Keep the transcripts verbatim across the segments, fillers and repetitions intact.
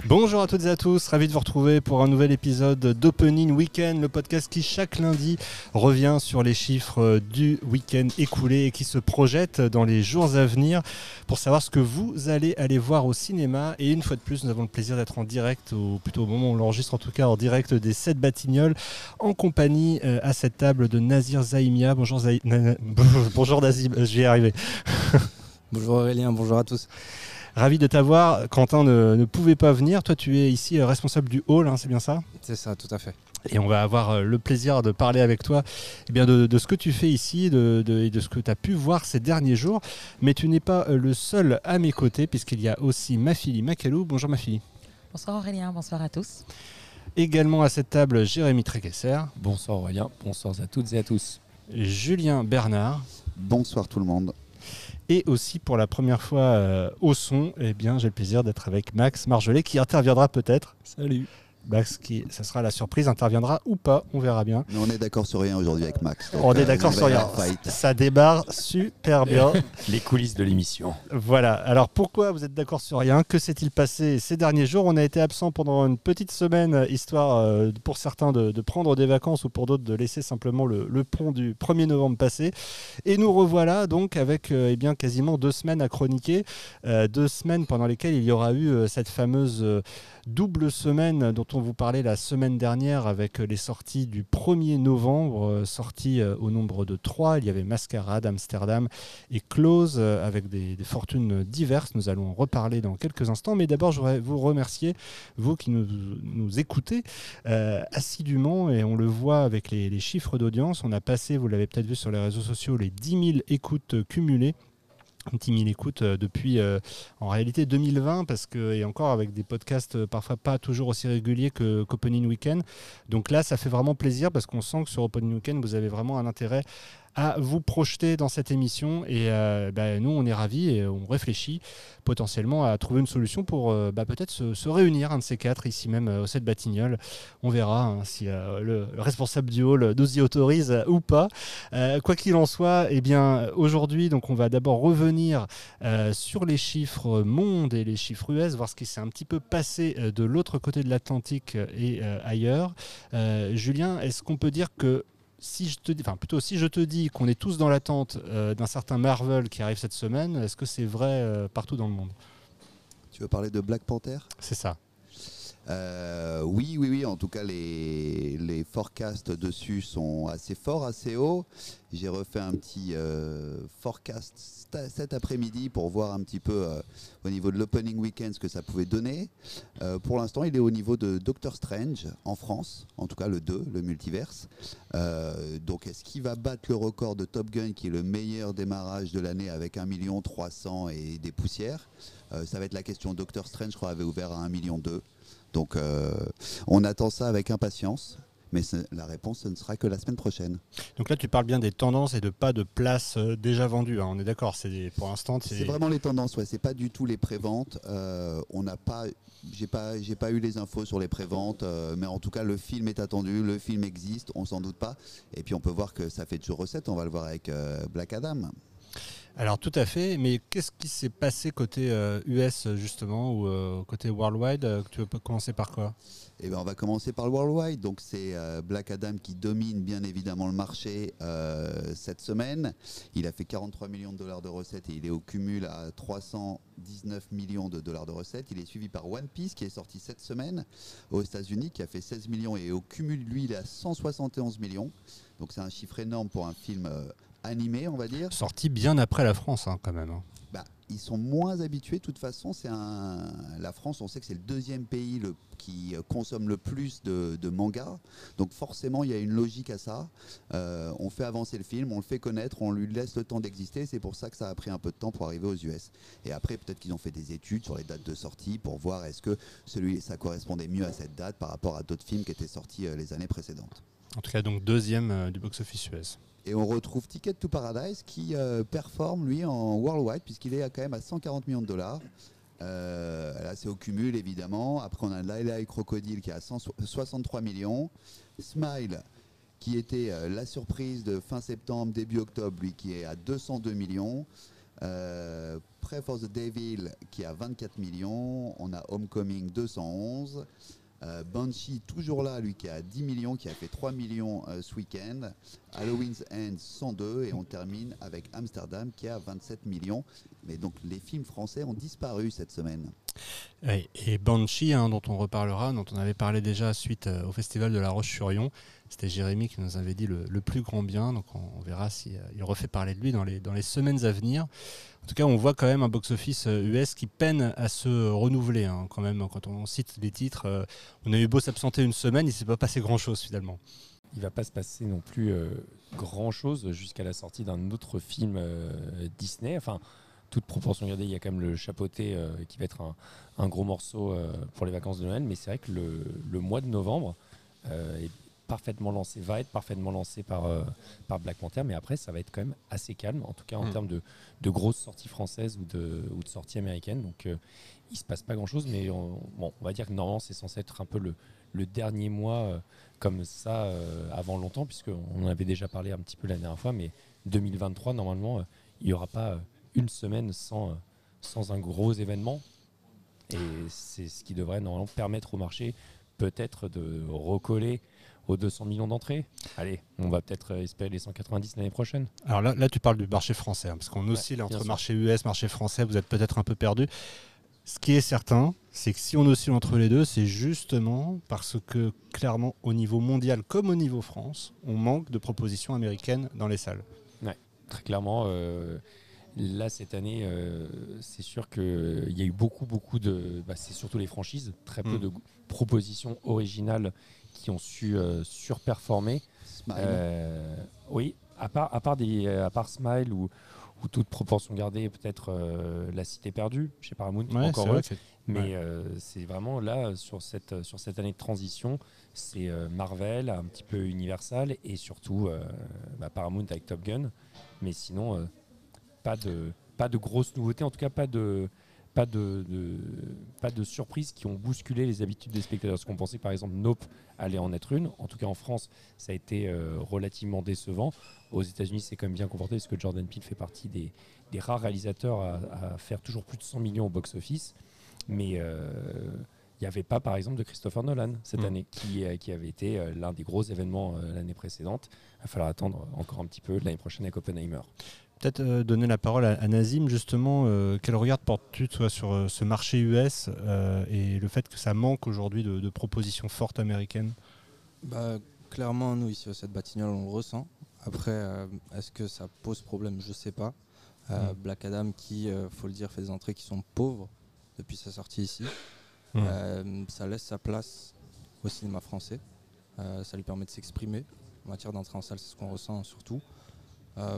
Bonjour à toutes et à tous, ravi de vous retrouver pour un nouvel épisode d'Opening Weekend, le podcast qui chaque lundi revient sur les chiffres du week-end écoulé et qui se projette dans les jours à venir pour savoir ce que vous allez aller voir au cinéma. Et une fois de plus, nous avons le plaisir d'être en direct, ou plutôt au moment où on l'enregistre en tout cas, en direct des sept Batignolles, en compagnie euh, à cette table de Nazir Zaimia. Bonjour Zaï... Bonjour Nazim, je vais y arriver. Bonjour Aurélien, bonjour à tous. Ravi de t'avoir. Quentin ne, ne pouvait pas venir. Toi, tu es ici responsable du hall, hein, c'est bien ça ? C'est ça, tout à fait. Et on va avoir le plaisir de parler avec toi eh bien de, de ce que tu fais ici de, de, et de ce que tu as pu voir ces derniers jours. Mais tu n'es pas le seul à mes côtés, puisqu'il y a aussi Mafili Makalou. Bonjour Mafili. Bonsoir Aurélien, bonsoir à tous. Également à cette table, Jérémy Tréquesser. Bonsoir Aurélien, bonsoir à toutes et à tous. Julien Bernard. Bonsoir tout le monde. Et aussi pour la première fois euh, au son, eh bien, j'ai le plaisir d'être avec Max Marjolais qui interviendra peut-être. Salut. Max, qui, ça sera la surprise, interviendra ou pas, on verra bien. Mais on est d'accord sur rien aujourd'hui avec Max. On est d'accord sur rien. Ça démarre super bien. Les coulisses de l'émission. Voilà. Alors pourquoi vous êtes d'accord sur rien ? Que s'est-il passé ces derniers jours ? On a été absent pendant une petite semaine, histoire euh, pour certains de, de prendre des vacances ou pour d'autres de laisser simplement le, le pont du premier novembre passer. Et nous revoilà donc avec euh, eh bien, quasiment deux semaines à chroniquer. Euh, deux semaines pendant lesquelles il y aura eu euh, cette fameuse euh, double semaine dont on vous parlait la semaine dernière avec les sorties du premier novembre, euh, sorties euh, au nombre de trois. Il y avait Mascarade, Amsterdam et Close euh, avec des, des fortunes diverses. Nous allons en reparler dans quelques instants. Mais d'abord, je voudrais vous remercier, vous qui nous, nous écoutez euh, assidûment, et on le voit avec les, les chiffres d'audience. On a passé, vous l'avez peut-être vu sur les réseaux sociaux, les dix mille écoutes cumulées. dix mille écoutes depuis euh, en réalité deux mille vingt, parce que, et encore avec des podcasts euh, parfois pas toujours aussi réguliers que, qu'Opening Weekend. Donc là, ça fait vraiment plaisir parce qu'on sent que sur Opening Weekend, vous avez vraiment un intérêt à vous projeter dans cette émission. Et euh, bah, nous, on est ravis et on réfléchit potentiellement à trouver une solution pour euh, bah, peut-être se, se réunir, un de ces quatre, ici même euh, au sept Batignolles. On verra hein, si euh, le, le responsable du hall nous y autorise euh, ou pas. Euh, quoi qu'il en soit, eh bien, aujourd'hui, donc, on va d'abord revenir euh, sur les chiffres monde et les chiffres U S, voir ce qui s'est un petit peu passé euh, de l'autre côté de l'Atlantique et euh, ailleurs. Euh, Julien, est-ce qu'on peut dire que Si je te dis, enfin plutôt si je te dis qu'on est tous dans l'attente euh, d'un certain Marvel qui arrive cette semaine, est-ce que c'est vrai euh, partout dans le monde ? Tu veux parler de Black Panther ? C'est ça. Euh, oui, oui, oui. En tout cas, les, les forecasts dessus sont assez forts, assez hauts. J'ai refait un petit euh, forecast cet après-midi pour voir un petit peu euh, au niveau de l'opening weekend ce que ça pouvait donner. Euh, pour l'instant, il est au niveau de Doctor Strange en France, en tout cas le deux, le multiverse. Euh, donc, est-ce qu'il va battre le record de Top Gun, qui est le meilleur démarrage de l'année avec un million trois cents et des poussières ? euh, Ça va être la question. Doctor Strange, je crois, avait ouvert à un million deux. Donc euh, on attend ça avec impatience, mais la réponse, ce ne sera que la semaine prochaine. Donc là, tu parles bien des tendances et de pas de places euh, déjà vendues, hein, on est d'accord, c'est des, pour l'instant... C'est... c'est vraiment les tendances, ouais. C'est pas du tout les préventes. Euh, on n'a pas, j'ai pas, j'ai pas eu les infos sur les préventes, euh, mais en tout cas, le film est attendu, le film existe, on s'en doute pas. Et puis on peut voir que ça fait toujours recette, on va le voir avec euh, Black Adam. Alors tout à fait, mais qu'est-ce qui s'est passé côté euh, U S justement, ou euh, côté worldwide euh, Tu veux commencer par quoi ? Eh ben, on va commencer par le worldwide. Donc c'est euh, Black Adam qui domine bien évidemment le marché euh, cette semaine. Il a fait quarante-trois millions de dollars de recettes et il est au cumul à trois cent dix-neuf millions de dollars de recettes. Il est suivi par One Piece qui est sorti cette semaine aux États-Unis, qui a fait seize millions, et au cumul lui il est à cent soixante et onze millions. Donc c'est un chiffre énorme pour un film euh, animé, on va dire. Sorti bien après la France, hein, quand même. Hein. Bah, ils sont moins habitués. De toute façon, c'est un... la France, on sait que c'est le deuxième pays le... qui consomme le plus de, de mangas. Donc forcément, il y a une logique à ça. Euh, on fait avancer le film, on le fait connaître, on lui laisse le temps d'exister. C'est pour ça que ça a pris un peu de temps pour arriver aux U S. Et après, peut-être qu'ils ont fait des études sur les dates de sortie pour voir est-ce que celui, ça correspondait mieux à cette date par rapport à d'autres films qui étaient sortis euh, les années précédentes. En tout cas, donc deuxième euh, du box-office U S. Et on retrouve Ticket to Paradise qui euh, performe lui en worldwide, puisqu'il est à, quand même à cent quarante millions de dollars. Euh, là c'est au cumul évidemment. Après on a Laila et Crocodile qui est à cent soixante-trois millions. Smile qui était euh, la surprise de fin septembre, début octobre, lui qui est à deux cent deux millions. Euh, Pray for the Devil qui a vingt-quatre millions. On a Homecoming deux cent onze. Euh, Banshee toujours là, lui qui a dix millions, qui a fait trois millions euh, ce week-end. Halloween's End cent deux et on termine avec Amsterdam qui a vingt-sept millions. Mais donc les films français ont disparu cette semaine. Oui, et Banshee, hein, dont on reparlera, dont on avait parlé déjà suite euh, au festival de La Roche-sur-Yon. C'était Jérémy qui nous avait dit le, le plus grand bien, donc on, on verra s'il si, euh, refait parler de lui dans les, dans les semaines à venir. En tout cas, on voit quand même un box-office U S qui peine à se renouveler. Hein, quand même, quand on cite les titres, euh, on a eu beau s'absenter une semaine, il ne s'est pas passé grand-chose finalement. Il ne va pas se passer non plus euh, grand-chose jusqu'à la sortie d'un autre film euh, Disney. Enfin, toute proportion gardée, il y a quand même le chapeauté euh, qui va être un, un gros morceau euh, pour les vacances de Noël. Mais c'est vrai que le, le mois de novembre euh, est parfaitement lancé, va être parfaitement lancé par, euh, par Black Panther, mais après ça va être quand même assez calme, en tout cas en mmh. termes de, de grosses sorties françaises ou de, ou de sorties américaines, donc euh, il se passe pas grand chose, mais on, bon, on va dire que normalement c'est censé être un peu le, le dernier mois euh, comme ça euh, avant longtemps, puisqu'on en avait déjà parlé un petit peu la dernière fois, mais deux mille vingt-trois normalement euh, il n'y aura pas euh, une semaine sans, euh, sans un gros événement, et c'est ce qui devrait normalement permettre au marché peut-être de recoller aux deux cents millions d'entrées. Allez, on va peut-être espérer les cent quatre-vingt-dix l'année prochaine. Alors là, là tu parles du marché français, hein, parce qu'on oscille ouais, entre marché U S, marché français, vous êtes peut-être un peu perdu. Ce qui est certain, c'est que si on oscille entre les deux, c'est justement parce que clairement, au niveau mondial comme au niveau France, on manque de propositions américaines dans les salles. Ouais, très clairement. Euh, là, cette année, euh, c'est sûr qu'il y a eu beaucoup, beaucoup de... Bah, c'est surtout les franchises, très peu mmh. de propositions originales qui ont su euh, surperformer. Smile. Euh, oui, à part, à part, des, à part Smile ou, ou toute proportion gardée, peut-être euh, La Cité perdue chez Paramount, ouais, encore vrai, eux. c'est... Mais ouais. euh, c'est vraiment là, sur cette, sur cette année de transition, c'est euh, Marvel, un petit peu Universal et surtout euh, bah, Paramount avec Top Gun. Mais sinon, euh, pas, de, pas de grosses nouveautés, en tout cas pas de... Pas de, de, pas de surprises qui ont bousculé les habitudes des spectateurs. Parce qu'on pensait que par exemple Nope allait en être une. En tout cas en France, ça a été euh, relativement décevant. Aux États-Unis, c'est quand même bien comporté parce que Jordan Peele fait partie des, des rares réalisateurs à, à faire toujours plus de cent millions au box-office. Mais il euh, n'y avait pas par exemple de Christopher Nolan cette mmh. année, qui, euh, qui avait été euh, l'un des gros événements euh, l'année précédente. Il va falloir attendre encore un petit peu l'année prochaine avec Oppenheimer. Peut-être euh, donner la parole à, à Nazim, justement. Euh, quel regard portes-tu toi, sur euh, ce marché U S euh, et le fait que ça manque aujourd'hui de, de propositions fortes américaines? Bah, clairement, nous, ici, à cette Batignolles, on le ressent. Après, euh, est-ce que ça pose problème? Je ne sais pas. Euh, mmh. Black Adam, qui, il euh, faut le dire, fait des entrées qui sont pauvres depuis sa sortie ici. Mmh. Euh, ça laisse sa place au cinéma français. Euh, ça lui permet de s'exprimer. En matière d'entrée en salle, c'est ce qu'on ressent surtout. Euh,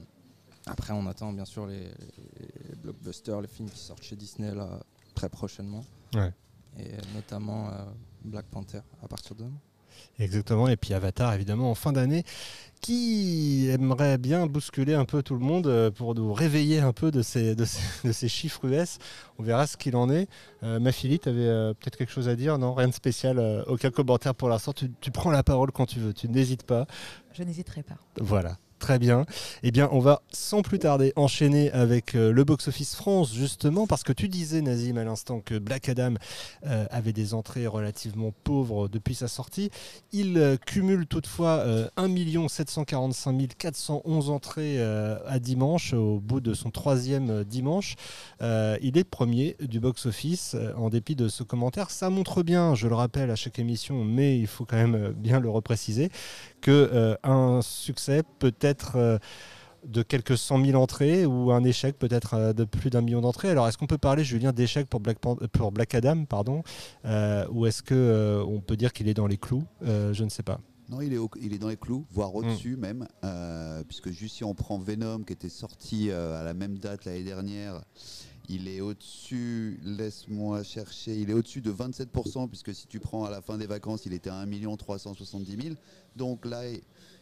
Après, on attend bien sûr les, les blockbusters, les films qui sortent chez Disney là, très prochainement. Ouais. Et notamment euh, Black Panther à partir de demain. Exactement, et puis Avatar évidemment en fin d'année, qui aimerait bien bousculer un peu tout le monde pour nous réveiller un peu de ces, de ces, de ces chiffres U S. On verra ce qu'il en est. Euh, Mafili, tu avais euh, peut-être quelque chose à dire? Non, rien de spécial, euh, aucun commentaire pour l'instant. Tu, tu prends la parole quand tu veux, tu n'hésites pas. Je n'hésiterai pas. Voilà. Très bien. Eh bien, on va sans plus tarder enchaîner avec euh, le box-office France, justement, parce que tu disais, Nazim, à l'instant, que Black Adam euh, avait des entrées relativement pauvres depuis sa sortie. Il euh, cumule toutefois euh, un million sept cent quarante-cinq mille quatre cent onze entrées euh, à dimanche, au bout de son troisième euh, dimanche. Euh, il est premier du box-office, euh, en dépit de ce commentaire. Ça montre bien, je le rappelle à chaque émission, mais il faut quand même bien le repréciser, qu'un euh, succès peut être euh, de quelques cent mille entrées ou un échec peut-être euh, de plus d'un million d'entrées. Alors est-ce qu'on peut parler, Julien, d'échec pour Black, Pan- pour Black Adam, pardon, euh, ou est-ce qu'on euh, peut dire qu'il est dans les clous? euh, Je ne sais pas. Non, il est, au, il est dans les clous, voire au-dessus mmh. même, euh, puisque juste si on prend Venom, qui était sorti euh, à la même date l'année dernière, il est au-dessus, laisse-moi chercher, il est au-dessus de vingt-sept pour cent, puisque si tu prends à la fin des vacances, il était à un million trois cent soixante-dix mille. Donc là,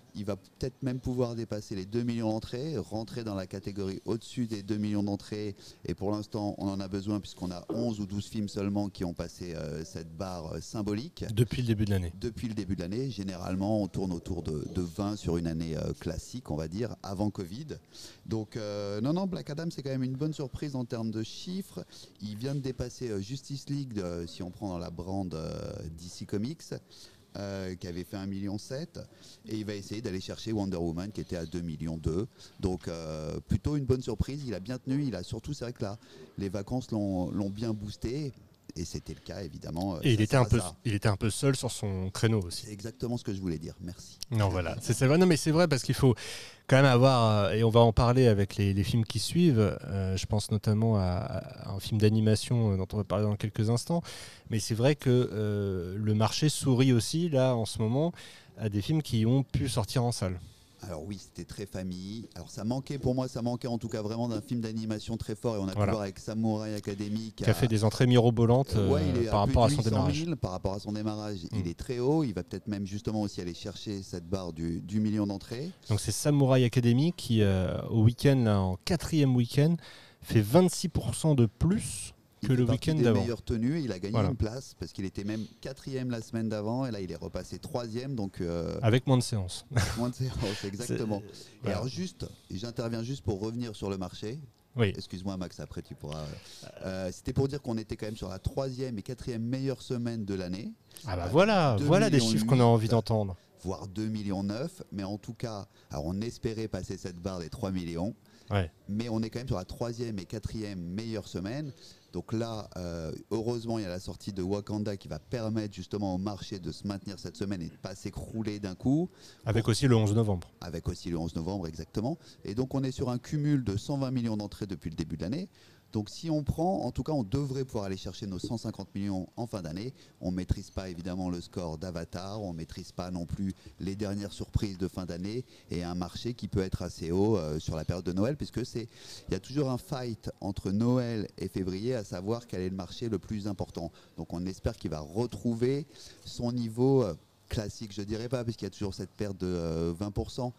Il va peut-être même pouvoir dépasser les deux millions d'entrées, rentrer dans la catégorie au-dessus des deux millions d'entrées. Et pour l'instant, on en a besoin puisqu'on a onze ou douze films seulement qui ont passé euh, cette barre euh, symbolique. Depuis le début de l'année. Depuis le début de l'année. Généralement, on tourne autour de, de vingt sur une année euh, classique, on va dire, avant Covid. Donc, euh, non, non, Black Adam, c'est quand même une bonne surprise en termes de chiffres. Il vient de dépasser euh, Justice League, euh, si on prend dans la brand euh, D C Comics. Euh, qui avait fait un virgule sept million et il va essayer d'aller chercher Wonder Woman qui était à deux virgule deux millions. Donc euh, plutôt une bonne surprise, il a bien tenu, il a surtout, c'est vrai que là, les vacances l'ont, l'ont bien boosté et c'était le cas évidemment. Et il était, un peu, ça. il était un peu seul sur son créneau aussi. C'est exactement ce que je voulais dire, merci. Non, voilà. C'est, c'est vrai. Non, mais c'est vrai parce qu'il faut quand même avoir, euh, et on va en parler avec les, les films qui suivent, euh, je pense notamment à, à un film d'animation euh, dont on va parler dans quelques instants, mais c'est vrai que euh, le marché sourit aussi, là, en ce moment, à des films qui ont pu sortir en salle. Alors oui, c'était très famille. Alors ça manquait, pour moi, ça manquait en tout cas vraiment d'un film d'animation très fort. Et on a Voilà. pu voir avec Samurai Academy Qui a, a fait des entrées mirobolantes euh, ouais, il est par à rapport à plus son de huit cent démarrage. mille par rapport à son démarrage, Mm. il est très haut. Il va peut-être même justement aussi aller chercher cette barre du, du million d'entrées. Donc c'est Samurai Academy qui, euh, au week-end, là, en quatrième week-end, fait vingt-six pour cent de plus Il que fait le partie week-end des d'avant. meilleures tenues, il a gagné Voilà. une place parce qu'il était même quatrième la semaine d'avant et là il est repassé troisième, donc euh, Avec moins de séances. moins de séances, exactement. C'est- Et voilà. alors juste, j'interviens juste pour revenir sur le marché. Oui. Excuse-moi Max, après tu pourras. Euh, C'était pour dire qu'on était quand même sur la troisième et quatrième meilleure semaine de l'année, Ah bah voilà, deux voilà des millions chiffres qu'on a envie huit. d'entendre. voire deux virgule neuf millions. Mais en tout cas, alors on espérait passer cette barre des trois millions. Ouais. Mais on est quand même sur la troisième et quatrième meilleure semaine. Donc là, euh, heureusement, il y a la sortie de Wakanda qui va permettre justement au marché de se maintenir cette semaine et de ne pas s'écrouler d'un coup. Avec aussi le onze novembre. Avec aussi le onze novembre, exactement. Et donc on est sur un cumul de cent vingt millions d'entrées depuis le début de l'année. Donc si on prend, en tout cas on devrait pouvoir aller chercher nos cent cinquante millions en fin d'année. On ne maîtrise pas évidemment le score d'Avatar, on ne maîtrise pas non plus les dernières surprises de fin d'année et un marché qui peut être assez haut euh, sur la période de Noël, puisque c'est, il y a toujours un fight entre Noël et février, à savoir quel est le marché le plus important. Donc on espère qu'il va retrouver son niveau euh, classique, je dirais pas, puisqu'il y a toujours cette perte de euh, vingt pour cent.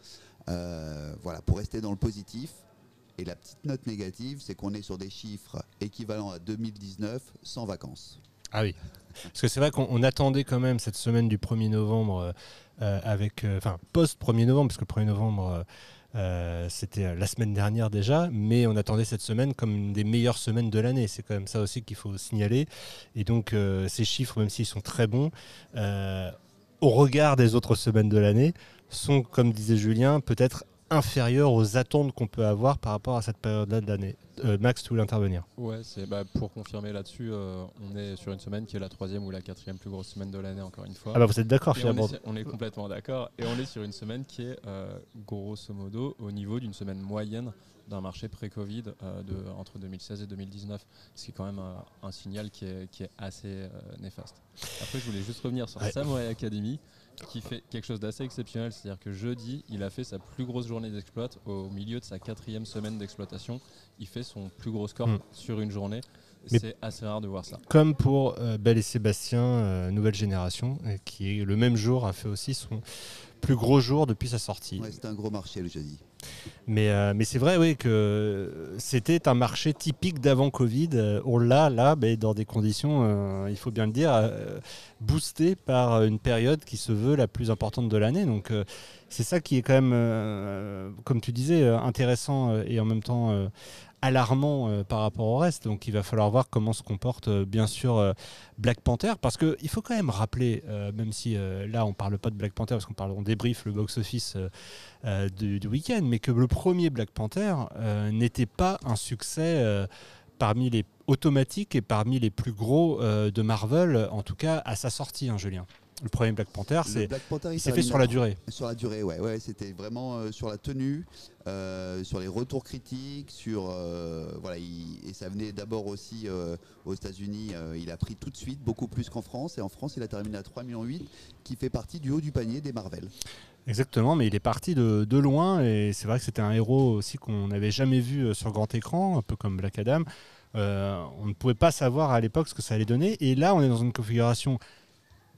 Euh, voilà, pour rester dans le positif. Et la petite note négative, c'est qu'on est sur des chiffres équivalents à deux mille dix-neuf sans vacances. Ah oui. Parce que c'est vrai qu'on on attendait quand même cette semaine du premier novembre, euh, avec, euh, enfin post premier novembre, parce que le premier novembre, euh, c'était la semaine dernière déjà, mais on attendait cette semaine comme une des meilleures semaines de l'année. C'est quand même ça aussi qu'il faut signaler. Et donc euh, ces chiffres, même s'ils sont très bons, euh, au regard des autres semaines de l'année, sont, comme disait Julien, peut-être inférieurs aux attentes qu'on peut avoir par rapport à cette période-là de l'année. Euh, Max, tu voulais intervenir? Ouais, c'est bah, pour confirmer là-dessus, euh, on est sur une semaine qui est la troisième ou la quatrième plus grosse semaine de l'année, encore une fois. Ah bah vous êtes d'accord Et on, finalement. est, sur- on est complètement d'accord. Et on est sur une semaine qui est euh, grosso modo au niveau d'une semaine moyenne d'un marché pré-Covid euh, de, entre deux mille seize et deux mille dix-neuf, ce qui est quand même un, un signal qui est, qui est assez euh, néfaste. Après, je voulais juste revenir sur Ouais. Samurai Academy, qui fait quelque chose d'assez exceptionnel, c'est-à-dire que jeudi, il a fait sa plus grosse journée d'exploit au milieu de sa quatrième semaine d'exploitation. Il fait son plus gros score Mm. sur une journée. Mais- C'est assez rare de voir ça. Comme pour euh, Belle et Sébastien, euh, Nouvelle Génération, euh, qui le même jour a fait aussi son plus gros jour depuis sa sortie. Ouais, c'est un gros marché le jeudi. Mais, euh, mais c'est vrai, oui, que c'était un marché typique d'avant Covid. Euh, on l'a là, mais dans des conditions, euh, il faut bien le dire, euh, boosté par une période qui se veut la plus importante de l'année. Donc euh, c'est ça qui est quand même, euh, comme tu disais, euh, intéressant euh, et en même temps euh, alarmant euh, par rapport au reste. Donc il va falloir voir comment se comporte euh, bien sûr euh, Black Panther, parce qu'il faut quand même rappeler, euh, même si euh, là on parle pas de Black Panther parce qu'on parle, on débrief le box-office euh, euh, du, du week-end, mais que le premier Black Panther euh, n'était pas un succès euh, parmi les automatiques et parmi les plus gros euh, de Marvel, en tout cas à sa sortie, hein, Julien. Le premier Black Panther, Le c'est, Black Panther, il s'est fait termine sur à la trois- durée. Sur la durée, ouais, ouais, c'était vraiment euh, sur la tenue, euh, sur les retours critiques, sur euh, voilà, il- et ça venait d'abord aussi euh, aux États-Unis. euh, il a pris tout de suite beaucoup plus qu'en France, et en France, il a terminé à trois virgule huit millions, qui fait partie du haut du panier des Marvel. Exactement, mais il est parti de, de loin et c'est vrai que c'était un héros aussi qu'on n'avait jamais vu euh, sur grand écran, un peu comme Black Adam. Euh, on ne pouvait pas savoir à l'époque ce que ça allait donner, et là on est dans une configuration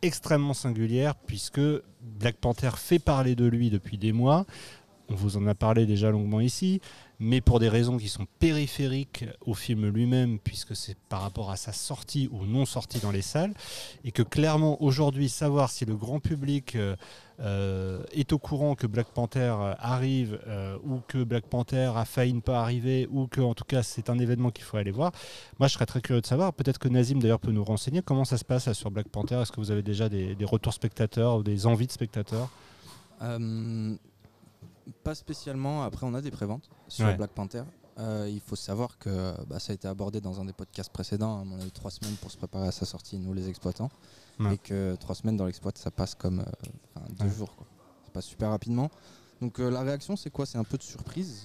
extrêmement singulière puisque Black Panther fait parler de lui depuis des mois. On vous en a parlé déjà longuement ici, mais pour des raisons qui sont périphériques au film lui-même, puisque c'est par rapport à sa sortie ou non sortie dans les salles, et que clairement aujourd'hui, savoir si le grand public euh, euh, est au courant que Black Panther arrive, euh, ou que Black Panther a failli ne pas arriver, ou que en tout cas c'est un événement qu'il faut aller voir, moi je serais très curieux de savoir. Peut-être que Nazim d'ailleurs peut nous renseigner comment ça se passe là, sur Black Panther. Est-ce que vous avez déjà des, des retours spectateurs ou des envies de spectateurs? Euh, Pas spécialement. Après, on a des préventes sur Ouais. Black Panther. Euh, il faut savoir que bah, ça a été abordé dans un des podcasts précédents. On a eu trois semaines pour se préparer à sa sortie, nous les exploitants. Ouais. Et que trois semaines dans l'exploit, ça passe comme euh, enfin, deux Ouais. jours. Quoi. Ça passe super rapidement. Donc euh, la réaction, c'est quoi? C'est un peu de surprise.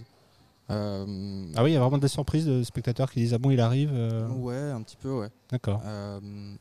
Euh, Ah oui, il y a vraiment des surprises de spectateurs qui disent ah bon il arrive. euh, Ouais, un petit peu, ouais. D'accord. Euh,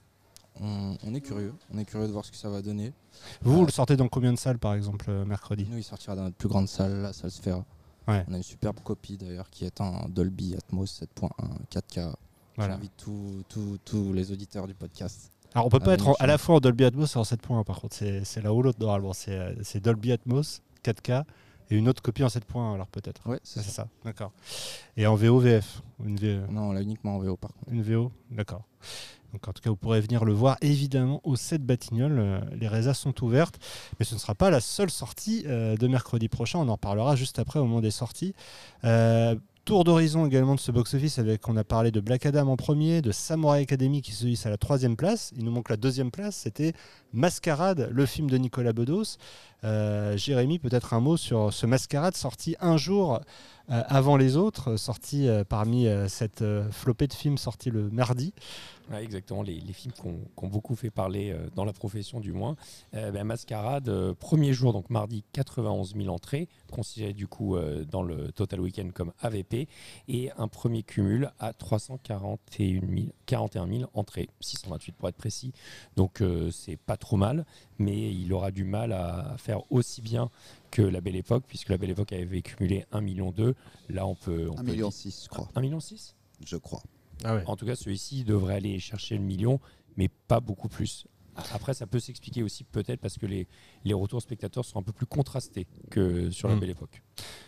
on, on est curieux. On est curieux de voir ce que ça va donner. Vous, vous Euh, le sortez dans combien de salles par exemple euh, mercredi? Nous, il sortira dans notre plus grande salle, la salle Sphera. Ouais. On a une superbe copie d'ailleurs qui est en Dolby Atmos sept point un quatre K. Voilà. J'invite tous tous- tous les auditeurs du podcast. Alors on peut Ah, pas être en- magnifique. à la fois en Dolby Atmos et en sept points un par contre, c'est c'est l'un ou l'autre normalement. C'est euh, c'est Dolby Atmos quatre K et une autre copie en sept points alors peut-être. Ouais, C'est c'est ça. ça, d'accord. Et en V O V F une, v... Non, on l'a uniquement en V O par contre. une V O, d'accord. Donc en tout cas vous pourrez venir le voir évidemment au sept Batignolles, euh, les résas sont ouvertes, mais ce ne sera pas la seule sortie euh, de mercredi prochain, on en parlera juste après au moment des sorties. Euh, Tour d'horizon également de ce box-office avec, on a parlé de Black Adam en premier, de Samurai Academy qui se hisse à la troisième place. Il nous manque la deuxième place, c'était Mascarade, le film de Nicolas Bedos. Euh, Jérémy, peut-être un mot sur ce Mascarade sorti un jour euh, avant les autres, sorti euh, parmi euh, cette euh, flopée de films sortis le mardi. Ouais, exactement, les, les films qui ont, qui ont beaucoup fait parler euh, dans la profession du moins. Euh, ben, Mascarade, euh, premier jour, donc mardi, quatre-vingt-onze mille entrées, considéré du coup euh, dans le Total Weekend comme A V P, et un premier cumul à trois cent quarante et un mille entrées, six cent vingt-huit pour être précis. Donc euh, c'est pas trop mal, mais il aura du mal à faire aussi bien que La Belle Époque, puisque La Belle Époque avait cumulé un virgule deux million. Là, on peut... On un peut million dire- six, je crois. un virgule six Je crois. Ah ouais. En tout cas, celui-ci devrait aller chercher le million, mais pas beaucoup plus. Après, ça peut s'expliquer aussi peut-être parce que les, les retours spectateurs sont un peu plus contrastés que sur La Mm. Belle Époque.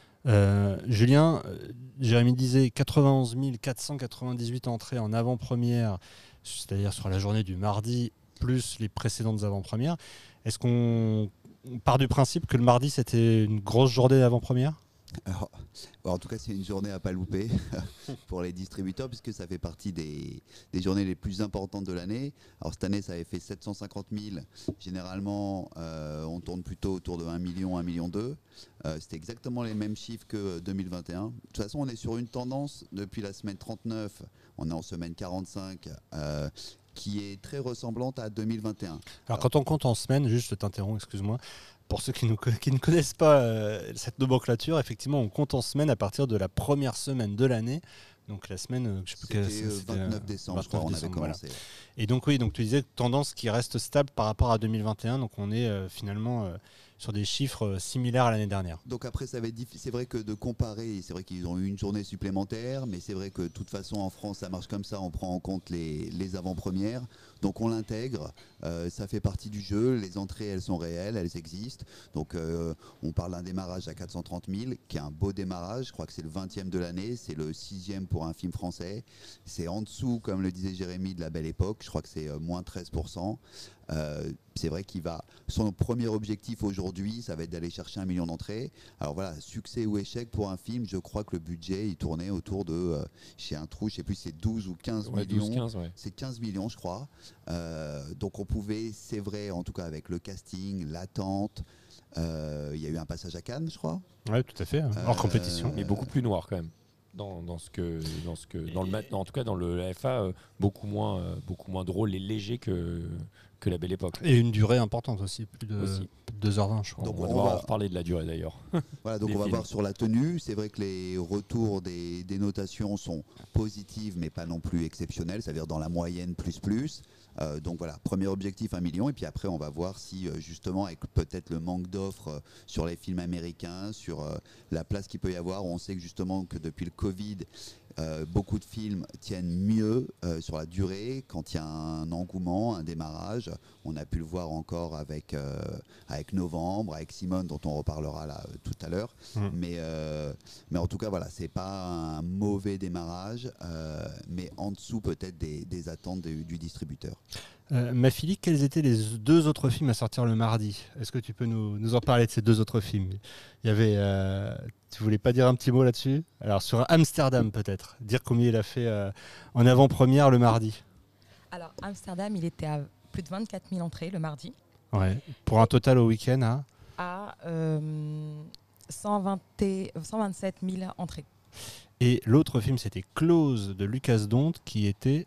Euh, Julien, euh, Jérémy disait quatre-vingt-onze mille quatre cent quatre-vingt-dix-huit entrées en avant-première, c'est-à-dire sur la journée du mardi, plus les précédentes avant-premières. Est-ce qu'on on part du principe que le mardi, c'était une grosse journée d'avant-première? Alors, bon, en tout cas, c'est une journée à pas louper pour les distributeurs puisque ça fait partie des, des journées les plus importantes de l'année. Alors cette année, ça avait fait sept cent cinquante mille. Généralement, euh, on tourne plutôt autour de un million, un million deux. Euh, C'était exactement les mêmes chiffres que deux mille vingt et un. De toute façon, on est sur une tendance depuis la semaine trente-neuf. On est en semaine quarante-cinq. Euh, qui est très ressemblante à deux mille vingt et un. Alors quand on compte en semaine, juste je t'interromps, excuse-moi, pour ceux qui, nous, qui ne connaissent pas euh, cette nomenclature, effectivement on compte en semaine à partir de la première semaine de l'année. Donc la semaine, euh, je sais plus quelle C'était euh, c'était, euh, vingt-neuf décembre, je crois, vingt-neuf on avait décembre, voilà. commencé. Et donc oui, donc tu disais tendance qui reste stable par rapport à deux mille vingt et un, donc on est euh, finalement euh, sur des chiffres euh, similaires à l'année dernière. Donc après, ça va être diffi- c'est vrai que de comparer, c'est vrai qu'ils ont eu une journée supplémentaire, mais c'est vrai que de toute façon en France, ça marche comme ça, on prend en compte les, les avant-premières, donc on l'intègre, euh, ça fait partie du jeu, les entrées, elles sont réelles, elles existent, donc euh, on parle d'un démarrage à quatre cent trente mille, qui est un beau démarrage, je crois que c'est le vingtième de l'année, c'est le sixième pour un film français, c'est en dessous, comme le disait Jérémy, de La Belle Époque, je crois que c'est euh, moins treize pour cent. Euh, c'est vrai qu'il va. Son premier objectif aujourd'hui, ça va être d'aller chercher un million d'entrées. Alors voilà, succès ou échec pour un film, je crois que le budget il tournait autour de, euh, chez un trou, je sais plus, c'est douze ou quinze Ouais, millions. douze quinze, ouais. C'est quinze millions, je crois. Euh, donc on pouvait, c'est vrai, en tout cas avec le casting, l'attente. euh, Il y a eu un passage à Cannes, je crois. Oui, tout à fait, hors Euh, compétition. Mais beaucoup plus noir quand même. Dans, dans ce que, dans ce que, dans le mat- en tout cas dans le F A, euh, beaucoup moins, euh, beaucoup moins drôle et léger que que La Belle Époque. Et une durée importante aussi, plus de, Aussi. plus de deux heures vingt, je crois. Donc, on va on devoir va- en reparler de la durée d'ailleurs. Voilà, donc des on va films. voir sur la tenue. C'est vrai que les retours des, des notations sont positives, mais pas non plus exceptionnelles, c'est-à-dire dans la moyenne plus plus. Euh, donc voilà, premier objectif un million, et puis après on va voir si euh, justement avec peut-être le manque d'offres euh, sur les films américains, sur euh, la place qu'il peut y avoir. On sait que justement que depuis le Covid, Euh, beaucoup de films tiennent mieux euh, sur la durée quand il y a un engouement, un démarrage. On a pu le voir encore avec, euh, avec Novembre, avec Simone, dont on reparlera là euh, tout à l'heure. Mmh. Mais, euh, mais en tout cas, voilà, c'est pas un mauvais démarrage, euh, mais en dessous peut-être des, des attentes du, du distributeur. Euh, Mafili, quels étaient les deux autres films à sortir le mardi? Est-ce que tu peux nous, nous en parler de ces deux autres films? Il y avait, euh, tu voulais pas dire un petit mot là-dessus? Alors sur Amsterdam peut-être, dire combien il a fait euh, en avant-première le mardi. Alors Amsterdam, il était à plus de vingt-quatre mille entrées le mardi. Ouais. Pour un total au week-end à à euh, cent vingt, cent vingt-sept mille entrées. Et l'autre film, c'était Close de Lucas Dont, qui était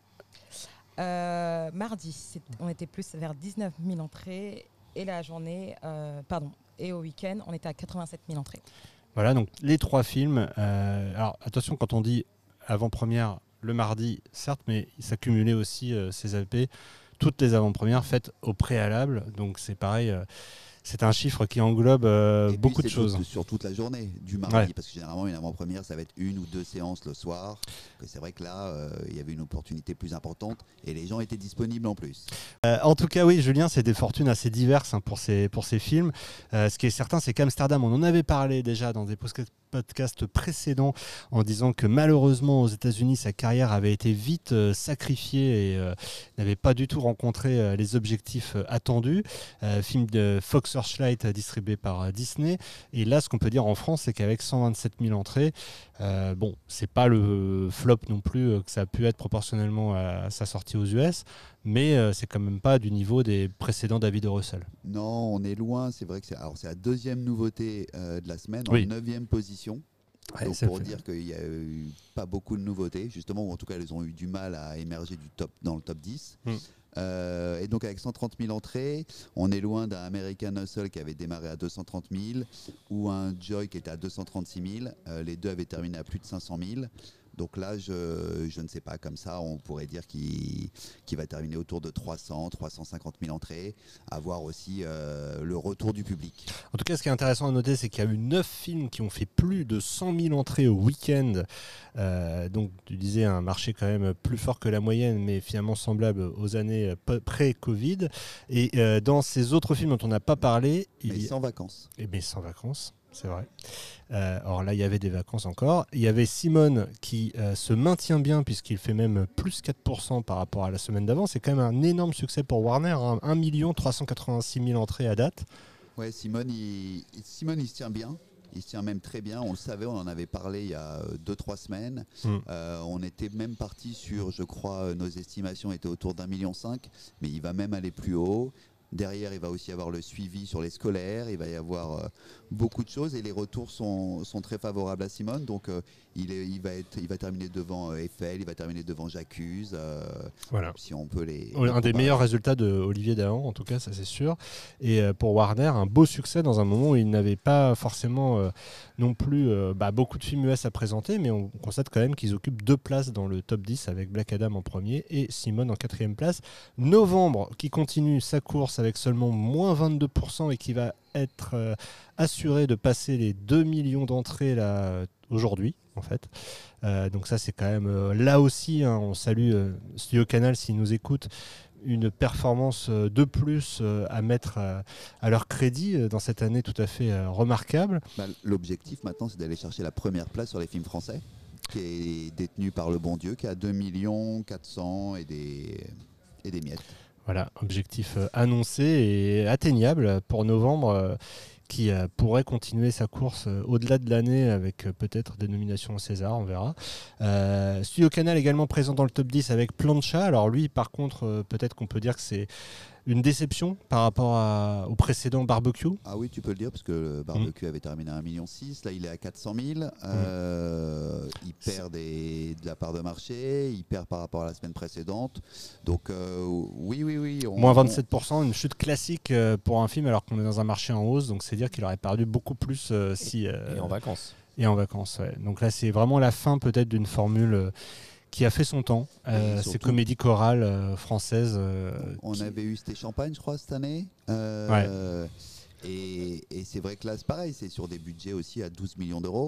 Euh, mardi, on était plus vers dix-neuf mille entrées et la journée, euh, pardon, et au week-end, on était à quatre-vingt-sept mille entrées. Voilà, donc les trois films. Euh, alors attention, quand on dit avant-première le mardi, certes, mais il s'accumulait aussi euh, ces A P, toutes les avant-premières faites au préalable. Donc c'est pareil. Euh, C'est un chiffre qui englobe euh, beaucoup de choses. Tout, sur toute la journée du mardi, ouais. Parce que généralement une avant-première, ça va être une ou deux séances le soir. Que c'est vrai que là, euh, il y avait une opportunité plus importante et les gens étaient disponibles en plus. Euh, en tout cas, oui, Julien, c'est des fortunes assez diverses hein, pour ces pour ces films. Euh, ce qui est certain, c'est qu'Amsterdam, on en avait parlé déjà dans des podcasts précédents en disant que malheureusement aux États-Unis, sa carrière avait été vite euh, sacrifiée et euh, n'avait pas du tout rencontré euh, les objectifs euh, attendus. Euh, film de Fox Searchlight distribué par Disney. Et là, ce qu'on peut dire en France, c'est qu'avec cent vingt-sept mille entrées, euh, bon, c'est pas le flop non plus que ça a pu être proportionnellement à sa sortie aux U S, mais euh, c'est quand même pas du niveau des précédents David O. Russell. Non, on est loin. C'est vrai que c'est, alors c'est la deuxième nouveauté euh, de la semaine, oui. En neuvième position. Ouais, donc pour fait. dire qu'il n'y a eu pas beaucoup de nouveautés, justement, ou en tout cas, elles ont eu du mal à émerger du top, dans le top dix. Hum. Euh, et donc avec cent trente mille entrées, on est loin d'un American Hustle qui avait démarré à deux cent trente mille ou un Joy qui était à deux cent trente-six mille. Euh, les deux avaient terminé à plus de cinq cent mille. Donc là, je, je ne sais pas, comme ça, on pourrait dire qu'il, qu'il va terminer autour de trois cents, trois cent cinquante mille entrées, à voir aussi euh, le retour du public. En tout cas, ce qui est intéressant à noter, c'est qu'il y a eu neuf films qui ont fait plus de cent mille entrées au week-end. Euh, donc, tu disais un marché quand même plus fort que la moyenne, mais finalement semblable aux années pré-Covid. Et euh, dans ces autres films dont on n'a pas parlé... Mais il... sans vacances. Et mais sans vacances. C'est vrai. Euh, alors là, il y avait des vacances encore. Il y avait Simone qui euh, se maintient bien puisqu'il fait même plus quatre pour cent par rapport à la semaine d'avant. C'est quand même un énorme succès pour Warner. Hein. un million trois cent quatre-vingt-six mille entrées à date. Ouais, Simone, il, Simone, il se tient bien. Il se tient même très bien. On le savait, on en avait parlé il y a deux trois semaines. Mm. Euh, on était même parti sur, je crois, nos estimations étaient autour d'un million cinq, mais il va même aller plus haut. Derrière, il va aussi y avoir le suivi sur les scolaires, il va y avoir euh, beaucoup de choses et les retours sont, sont très favorables à Simone. Donc, euh, il, est, il, va être, il va terminer devant euh, Eiffel, il va terminer devant J'accuse. Euh, voilà. Si on peut les. Un les des meilleurs résultats de Olivier Dahan, en tout cas, ça c'est sûr. Et euh, pour Warner, un beau succès dans un moment où il n'avait pas forcément euh, non plus euh, bah, beaucoup de films U S à présenter, mais on constate quand même qu'ils occupent deux places dans le top dix avec Black Adam en premier et Simone en quatrième place. Novembre qui continue sa course avec seulement moins vingt-deux pour cent et qui va être euh, assuré de passer les deux millions d'entrées là, aujourd'hui en fait. Euh, donc ça c'est quand même euh, là aussi, hein, on salue euh, Studio Canal s'ils nous écoutent, une performance euh, de plus euh, à mettre euh, à leur crédit euh, dans cette année tout à fait euh, remarquable. Bah, l'objectif maintenant c'est d'aller chercher la première place sur les films français qui est détenu par Le Bon Dieu qui a deux millions quatre cents et des, et des miettes. Voilà, objectif euh, annoncé et atteignable pour novembre, euh, qui euh, pourrait continuer sa course euh, au-delà de l'année avec euh, peut-être des nominations au César, on verra. Euh, Studio Canal également présent dans le top dix avec Plancha. Alors lui, par contre, euh, peut-être qu'on peut dire que c'est une déception par rapport à, au précédent Barbecue. Ah oui, tu peux le dire, parce que le Barbecue mmh. avait terminé à un million six, là il est à quatre cent mille. Euh, mmh. Il perd des, de la part de marché, il perd par rapport à la semaine précédente. Donc euh, oui, oui, oui. On, Moins vingt-sept pour cent, une chute classique pour un film alors qu'on est dans un marché en hausse. Donc c'est dire qu'il aurait perdu beaucoup plus euh, si... Euh, et en vacances. Et en vacances, ouais. Donc là c'est vraiment la fin peut-être d'une formule... Euh, qui a fait son temps, euh, ces comédies chorales euh, françaises. Euh, on qui... avait eu C'était Champagne, je crois, cette année. Euh, ouais. Et, et c'est vrai que là, c'est pareil, c'est sur des budgets aussi à douze millions d'euros.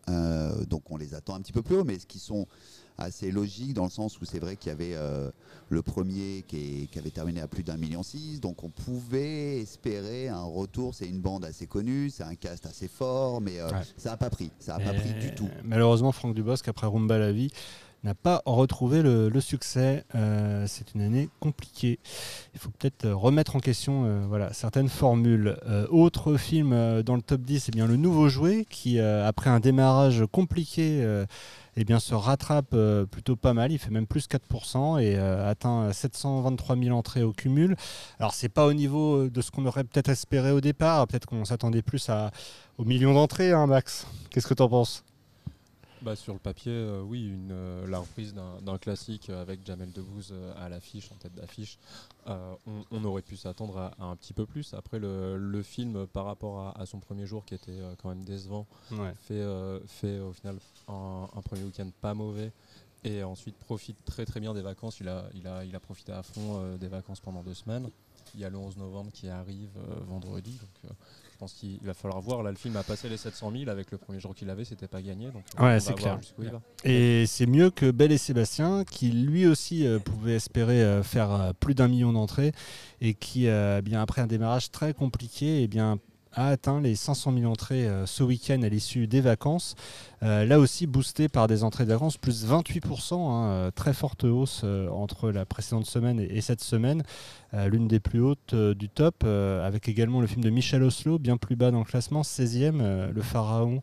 Euh, donc on les attend un petit peu plus haut, mais ce qui sont assez logiques dans le sens où c'est vrai qu'il y avait euh, le premier qui, est, qui avait terminé à plus d'un million six, donc on pouvait espérer un retour. C'est une bande assez connue, c'est un cast assez fort, mais euh, Ouais. ça n'a pas pris, ça n'a pas pris du tout. Malheureusement, Franck Dubosc, après Rumba la vie, n'a pas retrouvé le, le succès. Euh, c'est une année compliquée. Il faut peut-être remettre en question euh, voilà, certaines formules. Euh, autre film euh, dans le top dix, c'est bien Le Nouveau Jouet, qui, euh, après un démarrage compliqué, euh, eh bien, se rattrape euh, plutôt pas mal. Il fait même plus quatre pour cent et euh, atteint sept cent vingt-trois mille entrées au cumul. Alors, c'est pas au niveau de ce qu'on aurait peut-être espéré au départ. Peut-être qu'on s'attendait plus à, aux millions d'entrées, hein, Max. Qu'est-ce que tu en penses ? Bah, sur le papier, euh, oui, une, euh, la reprise d'un, d'un classique avec Jamel Debbouze euh, à l'affiche, en tête d'affiche, euh, on, on aurait pu s'attendre à, à un petit peu plus. Après, le, le film, par rapport à, à son premier jour, qui était euh, quand même décevant, Ouais. fait, euh, fait au final un, un premier week-end pas mauvais, et ensuite profite très très bien des vacances. Il a, il a, il a profité à fond euh, des vacances pendant deux semaines. Il y a le onze novembre qui arrive euh, vendredi, donc euh, je pense qu'il va falloir voir. Là, le film a passé les sept cent mille avec le premier jour qu'il avait, c'était pas gagné, donc euh, Ouais, on c'est va clair. voir jusqu'où il va. Et c'est mieux que Belle et Sébastien, qui lui aussi euh, pouvait espérer euh, faire euh, plus d'un million d'entrées et qui, euh, bien après un démarrage très compliqué, eh bien, a atteint les cinq cent mille entrées euh, ce week-end à l'issue des vacances. Euh, là aussi boosté par des entrées de vacances, plus vingt-huit pour cent, hein, euh, très forte hausse euh, entre la précédente semaine et, et cette semaine, euh, l'une des plus hautes euh, du top, euh, avec également le film de Michel Oslo, bien plus bas dans le classement, seizième, euh, Le Pharaon.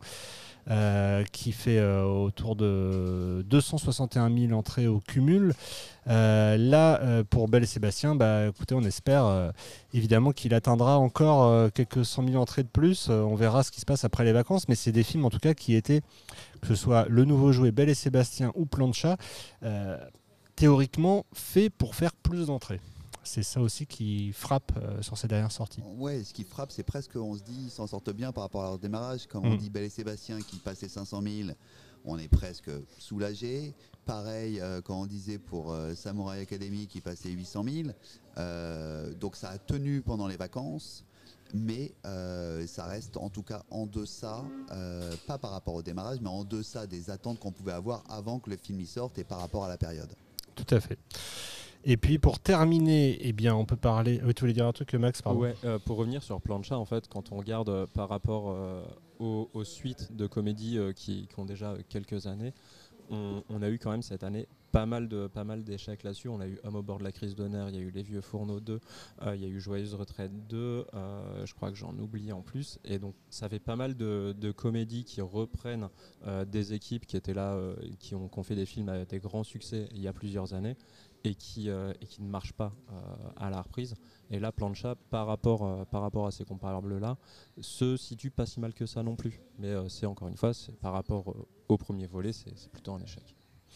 Euh, qui fait euh, autour de deux cent soixante et un mille entrées au cumul. Euh, là, euh, pour Belle et Sébastien, bah, écoutez, on espère euh, évidemment qu'il atteindra encore euh, quelques cent mille entrées de plus. Euh, on verra ce qui se passe après les vacances, mais c'est des films en tout cas qui étaient, que ce soit Le Nouveau Jouet, Belle et Sébastien ou Plancha, euh, théoriquement faits pour faire plus d'entrées. C'est ça aussi qui frappe euh, sur ces dernières sorties. Ouais, ce qui frappe, c'est presque, on se dit, ils s'en sortent bien par rapport à leur démarrage. Quand Mm. on dit Belle et Sébastien qui passait cinq cent mille, on est presque soulagé. Pareil, euh, quand on disait pour euh, Samurai Academy qui passait huit cent mille. Euh, donc ça a tenu pendant les vacances, mais euh, ça reste en tout cas en deçà, euh, pas par rapport au démarrage, mais en deçà des attentes qu'on pouvait avoir avant que le film y sorte et par rapport à la période. Tout à fait. Et puis pour terminer, eh bien, on peut parler. Oui, tu voulais dire un truc, Max, pardon. Ouais, euh, pour revenir sur Plancha, en fait, quand on regarde euh, par rapport euh, aux, aux suites de comédies euh, qui, qui ont déjà quelques années, on, on a eu quand même cette année pas mal, de, pas mal d'échecs là-dessus. On a eu Homme au bord de la crise d'honneur, il y a eu Les Vieux Fourneaux deux, euh, il y a eu Joyeuse Retraite deux, euh, je crois que j'en oublie en plus. Et donc ça fait pas mal de, de comédies qui reprennent euh, des équipes qui étaient là, euh, qui ont, qui ont fait des films avec des grands succès il y a plusieurs années. Et qui, euh, et qui ne marche pas euh, à la reprise. Et là, Plancha, par rapport, euh, par rapport à ces comparables-là, se situe pas si mal que ça non plus. Mais euh, c'est encore une fois, c'est, par rapport euh, au premier volet, c'est, c'est plutôt un échec.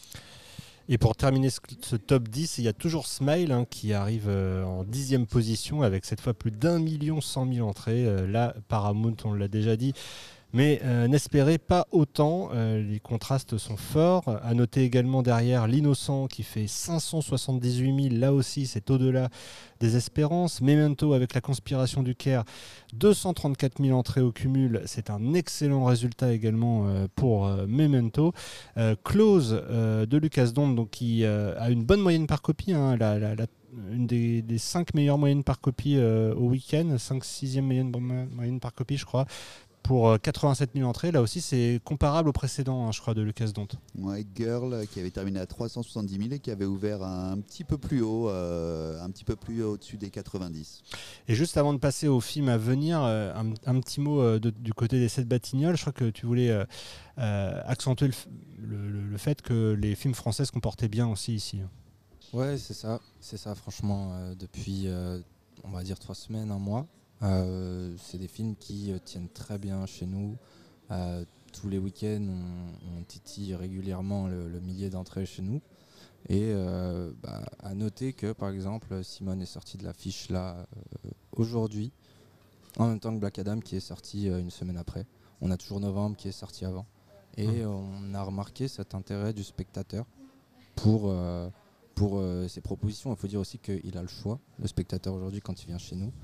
Et pour terminer ce, ce top dix, il y a toujours Smile hein, qui arrive euh, en dixième position avec cette fois plus d'un million cent mille entrées. Euh, là, Paramount, on l'a déjà dit, mais euh, n'espérez pas autant, euh, les contrastes sont forts. À noter également derrière L'Innocent qui fait cinq cent soixante-dix-huit mille, là aussi c'est au-delà des espérances. Memento avec La Conspiration du Caire, deux cent trente-quatre mille entrées au cumul, c'est un excellent résultat également euh, pour euh, Memento. Euh, Close euh, de Lucas Dont, donc, qui euh, a une bonne moyenne par copie, hein, la, la, la une des, des cinq meilleures moyennes par copie euh, au week-end, cinq sixième moyenne, moyenne par copie je crois, pour quatre-vingt-sept mille entrées. Là aussi c'est comparable au précédent hein, je crois de Lucas Dont. Ouais, Girl qui avait terminé à trois cent soixante-dix mille et qui avait ouvert un, un petit peu plus haut, euh, un petit peu plus au-dessus des quatre-vingt-dix. Et juste avant de passer au film à venir, euh, un, un petit mot euh, de, du côté des sept Batignolles. Je crois que tu voulais euh, euh, accentuer le, le, le fait que les films français se comportaient bien aussi ici. Ouais, c'est ça, c'est ça franchement, euh, depuis euh, on va dire trois semaines, un mois. Euh, c'est des films qui euh, tiennent très bien chez nous. Euh, tous les week-ends, on, on titille régulièrement le, le millier d'entrées chez nous. Et euh, bah, à noter que, par exemple, Simone est sortie de l'affiche là euh, aujourd'hui, en même temps que Black Adam qui est sorti euh, une semaine après. On a toujours Novembre qui est sorti avant. Et mmh. on a remarqué cet intérêt du spectateur pour, euh, pour euh, ces propositions. Il faut dire aussi qu'il a le choix, le spectateur aujourd'hui, quand il vient chez nous.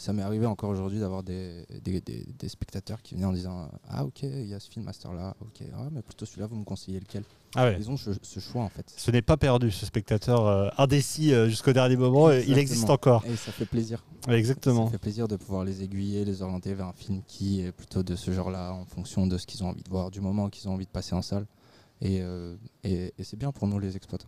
Ça m'est arrivé encore aujourd'hui d'avoir des, des, des, des spectateurs qui venaient en disant « Ah ok, il y a ce film à cette heure-là, ok, ah, mais plutôt celui-là, vous me conseillez lequel ?» Ah ouais. Ils ont ce, ce choix en fait. Ce n'est pas perdu, ce spectateur euh, indécis euh, jusqu'au dernier moment, euh, il existe encore. Et ça fait plaisir. Ouais, exactement. Ça fait plaisir de pouvoir les aiguiller, les orienter vers un film qui est plutôt de ce genre-là, en fonction de ce qu'ils ont envie de voir, du moment qu'ils ont envie de passer en salle. Et, euh, et, et c'est bien pour nous les exploitants.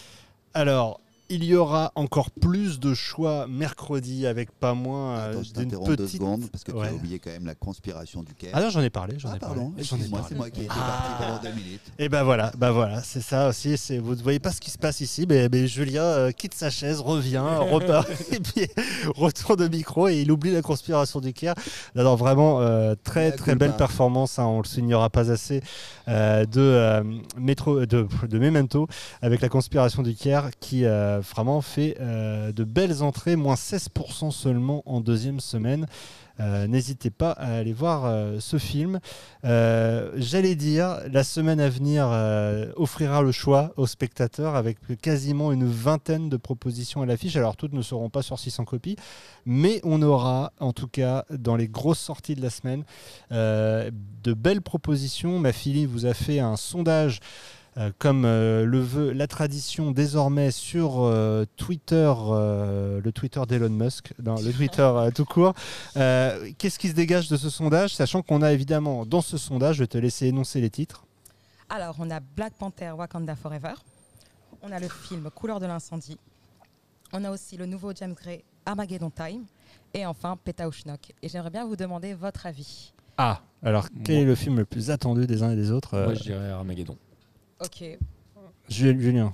Alors, il y aura encore plus de choix mercredi avec pas moins euh, Attends, je d'une t'interromps deux petite... secondes parce que tu Ouais. as oublié quand même la conspiration du Caire. Ah non, j'en ai parlé, j'en Ah, ai pardon, parlé. J'en ai excuse-moi, parlé. c'est moi qui ai été Ah. parti pendant deux minutes. Et ben voilà, bah voilà, c'est ça aussi. C'est, vous ne voyez pas ce qui se passe ici, mais, mais Julien euh, quitte sa chaise, revient, repart, et puis retourne de micro et il oublie la conspiration du Caire. Alors vraiment euh, très La très culpa. belle performance, hein, on le soulignera pas assez, euh, de, euh, métro, de de Memento avec la conspiration du Caire qui euh, vraiment fait euh, de belles entrées, moins seize pour cent seulement en deuxième semaine. Euh, n'hésitez pas à aller voir euh, ce film. Euh, j'allais dire, la semaine à venir euh, offrira le choix aux spectateurs avec quasiment une vingtaine de propositions à l'affiche. Alors toutes ne seront pas sur six cents copies, mais on aura en tout cas dans les grosses sorties de la semaine euh, de belles propositions. Ma fille vous a fait un sondage Euh, comme euh, le veut la tradition désormais sur euh, Twitter, euh, le Twitter d'Elon Musk, non, le Twitter euh, tout court. Euh, qu'est-ce qui se dégage de ce sondage, sachant qu'on a évidemment dans ce sondage, je vais te laisser énoncer les titres. Alors, on a Black Panther Wakanda Forever. On a le film Couleur de l'incendie. On a aussi le nouveau James Gray Armageddon Time. Et enfin, Pétaouchnok. Et j'aimerais bien vous demander votre avis. Ah, alors quel Moi- est le film le plus attendu des uns et des autres euh, Moi, je dirais Armageddon. Ok. Ju- Julien.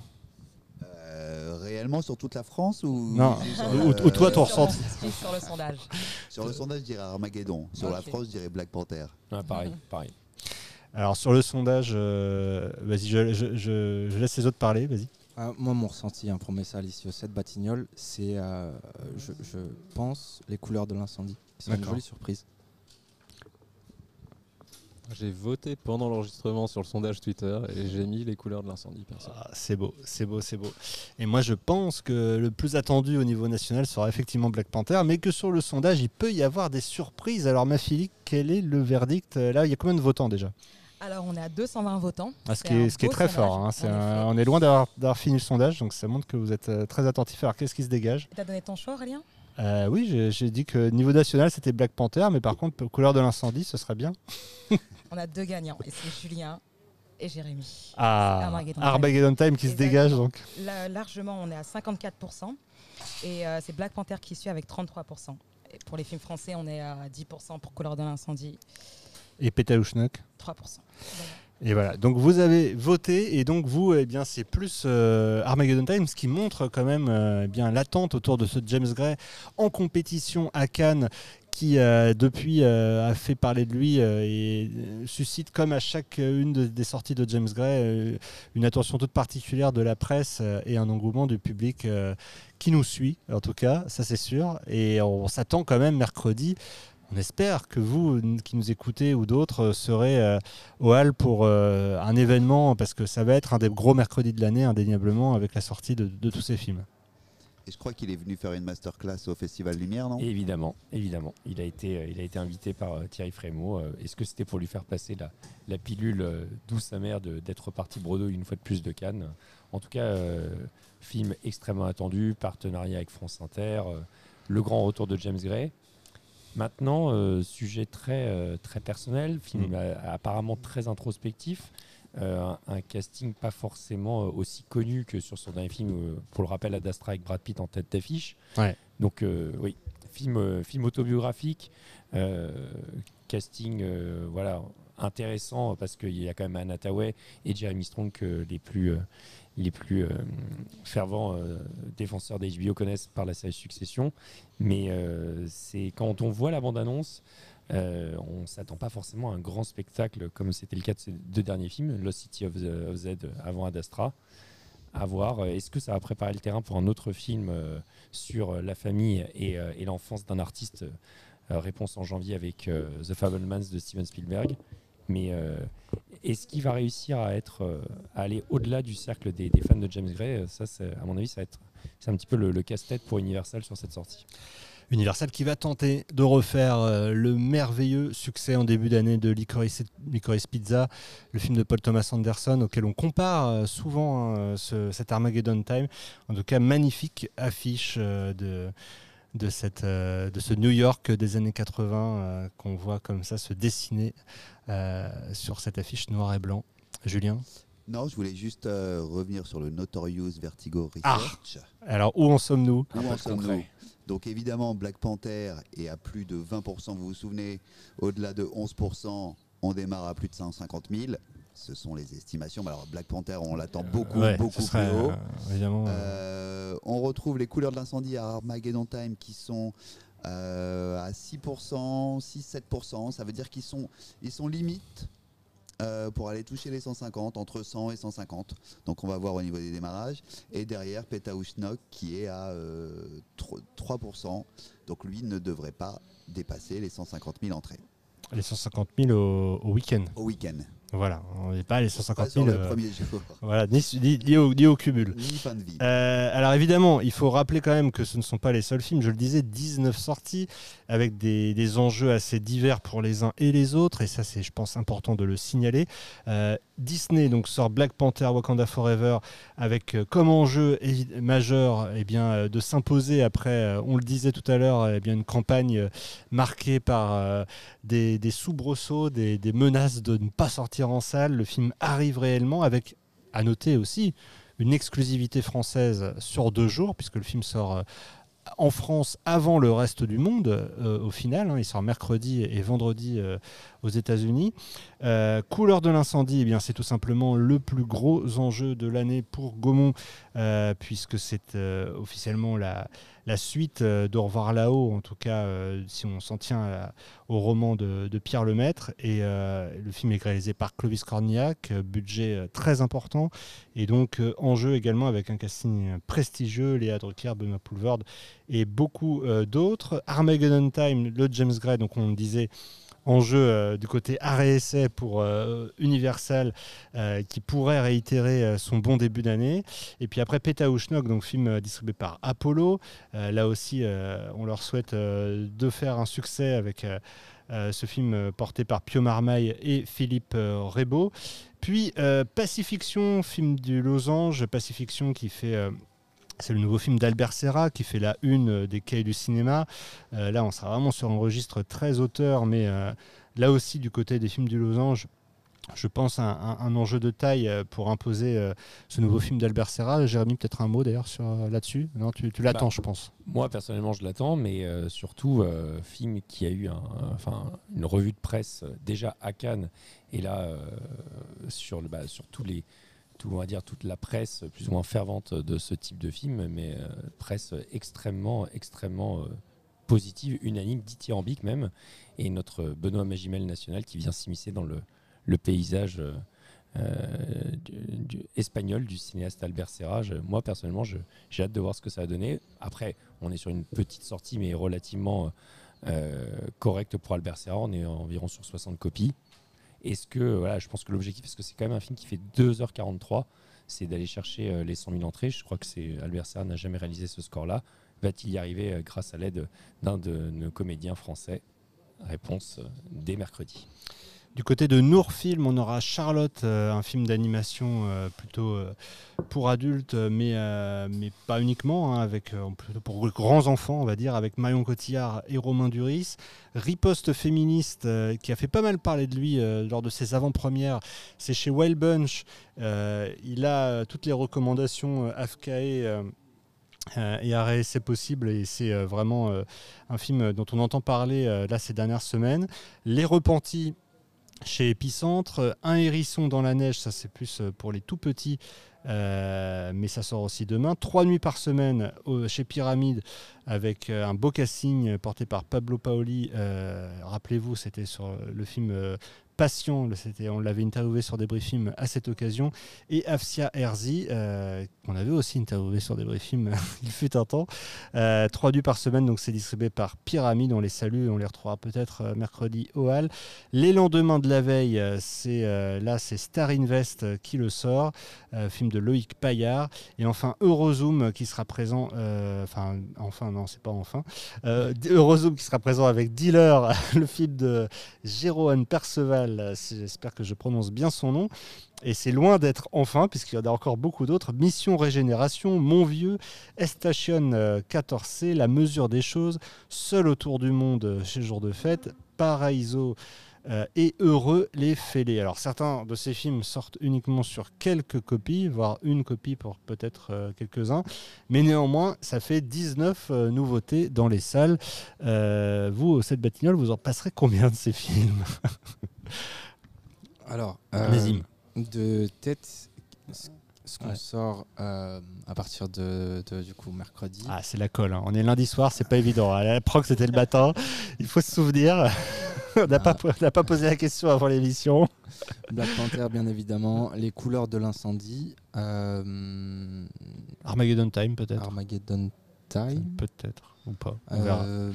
Euh, réellement sur toute la France ou Non, sur, ou- euh, ou toi, ton Sur, mon- ressenti. sur le sondage. Sur le sondage, je dirais Armageddon. Sur la Ok. France, je dirais Black Panther. Ouais, pareil, pareil. Alors sur le sondage, euh, vas-y, je, je- je- je laisse les autres parler, vas-y. Ah, moi, mon ressenti hein, pour mes salles ici au sept Batignolles, c'est, euh, je, je pense, les couleurs de l'incendie. C'est une D'accord. jolie surprise. J'ai voté pendant l'enregistrement sur le sondage Twitter et j'ai mis les couleurs de l'incendie. Perso. Ah, c'est beau, c'est beau, c'est beau. Et moi, je pense que le plus attendu au niveau national sera effectivement Black Panther, mais que sur le sondage, il peut y avoir des surprises. Alors, ma fille, quel est le verdict? Là, il y a combien de votants déjà? Alors, on est à deux cent vingt votants. Ah, ce, C'est qui est, un ce qui est beau très sondage, fort. hein. C'est en un- effet. on est loin d'avoir, d'avoir fini le sondage, donc ça montre que vous êtes euh, très attentifs. Alors, qu'est-ce qui se dégage? T'as donné ton choix, Aurélien? Euh, Oui, j'ai, j'ai dit que niveau national, c'était Black Panther, mais par contre, couleur de l'incendie, ce serait bien. On a deux gagnants, et c'est Julien et Jérémy. Ah, Armageddon Time. Armageddon Time qui se Exactement. dégage, donc. Là, largement, on est à cinquante-quatre pour cent. Et euh, c'est Black Panther qui suit avec trente-trois pour cent. Et pour les films français, on est à dix pour cent pour Couleur de l'incendie, Et Pétaouchnok. trois pour cent. Voilà. Et voilà, donc vous avez voté et donc vous, eh bien, c'est plus euh, Armageddon Time, ce qui montre quand même euh, eh bien, l'attente autour de ce James Gray en compétition à Cannes qui euh, depuis euh, a fait parler de lui euh, et euh, suscite comme à chaque euh, une de- des sorties de James Gray euh, une attention toute particulière de la presse euh, et un engouement du public euh, qui nous suit, en tout cas, ça c'est sûr. Et on s'attend quand même mercredi. On espère que vous n- qui nous écoutez ou d'autres euh, serez euh, au Hall pour euh, un événement parce que ça va être un des gros mercredis de l'année indéniablement avec la sortie de, de tous ces films. Et je crois qu'il est venu faire une masterclass au Festival Lumière, non? Et évidemment, évidemment, il a été, euh, il a été invité par euh, Thierry Frémaux. Euh, Est-ce que c'était pour lui faire passer la, la pilule euh, douce amère de- d'être parti bredouille une fois de plus de Cannes? En tout cas, euh, film extrêmement attendu, partenariat avec France Inter, euh, le grand retour de James Gray. Maintenant, euh, sujet très, euh, très personnel, film Mm. euh, apparemment très introspectif. Euh, un, un casting pas forcément euh, aussi connu que sur son dernier film, euh, pour le rappel, Ad Astra avec Brad Pitt en tête d'affiche. Ouais. Donc euh, oui, film, euh, film autobiographique, euh, casting euh, voilà, intéressant parce qu'il y a quand même Anne Hathaway et Jeremy Strong que les plus, euh, les plus euh, fervents euh, défenseurs d'H B O connaissent par la série Succession. Mais euh, c'est quand on voit la bande-annonce, euh, on ne s'attend pas forcément à un grand spectacle comme c'était le cas de ces deux derniers films, Lost City of, the- of Z avant Ad Astra. À voir, euh, est-ce que ça va préparer le terrain pour un autre film euh, sur euh, la famille et, euh, et l'enfance d'un artiste? euh, Réponse en janvier avec euh, The Fabelmans de Steven Spielberg. Mais euh, est-ce qu'il va réussir à, être, euh, à aller au-delà du cercle des, des fans de James Gray? Ça, c'est- à mon avis, ça va être, c'est un petit peu le, le casse-tête pour Universal sur cette sortie. Universal qui va tenter de refaire euh, le merveilleux succès en début d'année de Licorice, Licorice Pizza, le film de Paul Thomas Anderson auquel on compare euh, souvent hein, ce, cet Armageddon Time. En tout cas, magnifique affiche euh, de, de, cette, euh, de ce New York des années quatre-vingts euh, qu'on voit comme ça se dessiner euh, sur cette affiche noir et blanc. Julien ? Non, je voulais juste euh, revenir sur le Notorious Vertigo Research. Ah, alors, où en sommes-nous ? Où en sommes-nous ? Donc évidemment, Black Panther est à plus de vingt pour cent, vous vous souvenez, au-delà de onze pour cent, on démarre à plus de cent cinquante mille. Ce sont les estimations. Mais alors Black Panther, on l'attend beaucoup, ouais, beaucoup serait, plus haut. Euh, évidemment, euh, on retrouve les couleurs de l'incendie à Armageddon Time qui sont euh, à six pour cent, six à sept pour cent. Ça veut dire qu'ils sont, ils sont limite. Euh, pour aller toucher les cent cinquante, entre cent et cent cinquante. Donc on va voir au niveau des démarrages. Et derrière, Petauschnok qui est à euh, trois pour cent. Donc lui ne devrait pas dépasser les cent cinquante mille entrées. Les cent cinquante mille au, au week-end. Au week-end. Voilà, on n'est pas les cent cinquante mille. Pas sur le euh, premier jour. Voilà, ni, ni, ni, au, ni au cumul. Ni fin de vie. Euh, alors évidemment, il faut rappeler quand même que ce ne sont pas les seuls films. Je le disais, dix-neuf sorties avec des, des enjeux assez divers pour les uns et les autres. Et ça, c'est, je pense, important de le signaler. Euh, Disney donc sort Black Panther Wakanda Forever avec euh, comme enjeu évi- majeur eh bien, euh, de s'imposer après, euh, on le disait tout à l'heure, eh bien, une campagne euh, marquée par euh, des, des soubresauts, des, des menaces de ne pas sortir en salle. Le film arrive réellement avec, à noter aussi, une exclusivité française sur deux jours, puisque le film sort euh, en France avant le reste du monde, euh, au final. Hein, il sort mercredi et vendredi euh, aux États-Unis. Euh, Couleur de l'incendie, eh bien, c'est tout simplement le plus gros enjeu de l'année pour Gaumont, euh, puisque c'est euh, officiellement la, la suite euh, d'Au revoir là-haut, en tout cas, euh, si on s'en tient à, au roman de, de Pierre Lemaitre. Et euh, le film est réalisé par Clovis Cornillac, euh, budget euh, très important, et donc euh, enjeu également avec un casting prestigieux, Léa Drucker, Benoît Poulvord et beaucoup euh, d'autres. Armageddon Time, le James Gray, donc on le disait, enjeu euh, du côté art et essai pour euh, Universal euh, qui pourrait réitérer euh, son bon début d'année. Et puis après Petauschnok, donc film euh, distribué par Apollo. Euh, là aussi, euh, on leur souhaite euh, de faire un succès avec euh, euh, ce film euh, porté par Pio Marmaille et Philippe euh, Rebaud. Puis euh, Pacifiction, film du Losange, Pacifiction qui fait... Euh, C'est le nouveau film d'Albert Serra qui fait la une des cahiers du cinéma. Euh, là, on sera vraiment sur un registre très auteur, mais euh, là aussi, du côté des films du Losange, je pense un, un, un enjeu de taille pour imposer euh, ce nouveau film d'Albert Serra. Jérémy, peut-être un mot d'ailleurs sur, euh, là-dessus. Non, tu, tu l'attends, bah, je pense. Moi, personnellement, je l'attends, mais euh, surtout, euh, film qui a eu un, un, enfin, une revue de presse euh, déjà à Cannes, et là, euh, sur, le, bah, sur tous les... Tout, on va dire toute la presse plus ou moins fervente de ce type de film, mais euh, presse extrêmement, extrêmement euh, positive, unanime, dithyrambique même, et notre Benoît Magimel national qui vient s'immiscer dans le, le paysage euh, du, du espagnol du cinéaste Albert Serra. Je, moi personnellement, je, j'ai hâte de voir ce que ça va donner. Après, on est sur une petite sortie, mais relativement euh, correcte pour Albert Serra. On est environ sur soixante copies. Est-ce que, voilà, je pense que l'objectif, parce que c'est quand même un film qui fait deux heures quarante-trois, c'est d'aller chercher euh, les cent mille entrées. Je crois que c'est, Albert Serra n'a jamais réalisé ce score-là. Va-t-il y arriver euh, grâce à l'aide d'un de nos comédiens français ? Réponse euh, dès mercredi. Du côté de Nour Film, on aura Charlotte, euh, un film d'animation euh, plutôt euh, pour adultes, mais, euh, mais pas uniquement, hein, avec, euh, plutôt pour grands enfants, on va dire, avec Marion Cotillard et Romain Duris. Riposte féministe, euh, qui a fait pas mal parler de lui euh, lors de ses avant-premières, c'est chez Wild Bunch. Euh, il a euh, toutes les recommandations euh, A F K E euh, Euh, et Arrêt, c'est possible, et c'est euh, vraiment euh, un film dont on entend parler euh, là ces dernières semaines. Les Repentis chez Épicentre, Un hérisson dans la neige, ça c'est plus pour les tout petits, euh, mais ça sort aussi demain. Trois nuits par semaine au, chez Pyramide, avec euh, un beau casting porté par Pablo Paoli. Euh, rappelez-vous, c'était sur le film euh, patient, c'était, on l'avait interviewé sur Débriefing à cette occasion, et Afsia Herzi, euh, qu'on avait aussi interviewé sur Débriefing il fut un temps. Euh, trois nuits par semaine, donc c'est distribué par Pyramide, on les salue, on les retrouvera peut-être euh, mercredi au Hall. Les lendemains de la veille, euh, c'est, euh, là c'est Star Invest euh, qui le sort, euh, film de Loïc Paillard, et enfin Eurozoom euh, qui sera présent, euh, enfin, enfin non c'est pas enfin, euh, Eurozoom qui sera présent avec Dealer, le film de Jérôme Perceval, j'espère que je prononce bien son nom, et c'est loin d'être enfin, puisqu'il y en a encore beaucoup d'autres. Mission Régénération, Mon Vieux, Estation quatorze C, La Mesure des Choses, Seul autour du monde chez Jour de Fête, Paraiso euh, et Heureux les Fêlés. Alors certains de ces films sortent uniquement sur quelques copies, voire une copie pour peut-être euh, quelques-uns, mais néanmoins ça fait dix-neuf euh, nouveautés dans les salles. Euh, vous, au sept Batignolles, vous en passerez combien de ces films? Alors, euh, Nazim. de tête, ce ce qu'on Ouais. sort euh, à partir de, de, du coup mercredi. Ah, c'est la colle. Hein. On est lundi soir, c'est pas évident. À la proc, c'était le matin. Il faut se souvenir. On n'a Ah. pas, on n'a pas posé la question avant l'émission. Black Panther, bien évidemment. Les couleurs de l'incendie. euh, Armageddon Time, peut-être. Armageddon Time. Peut-être. Ou pas. On verra. Euh,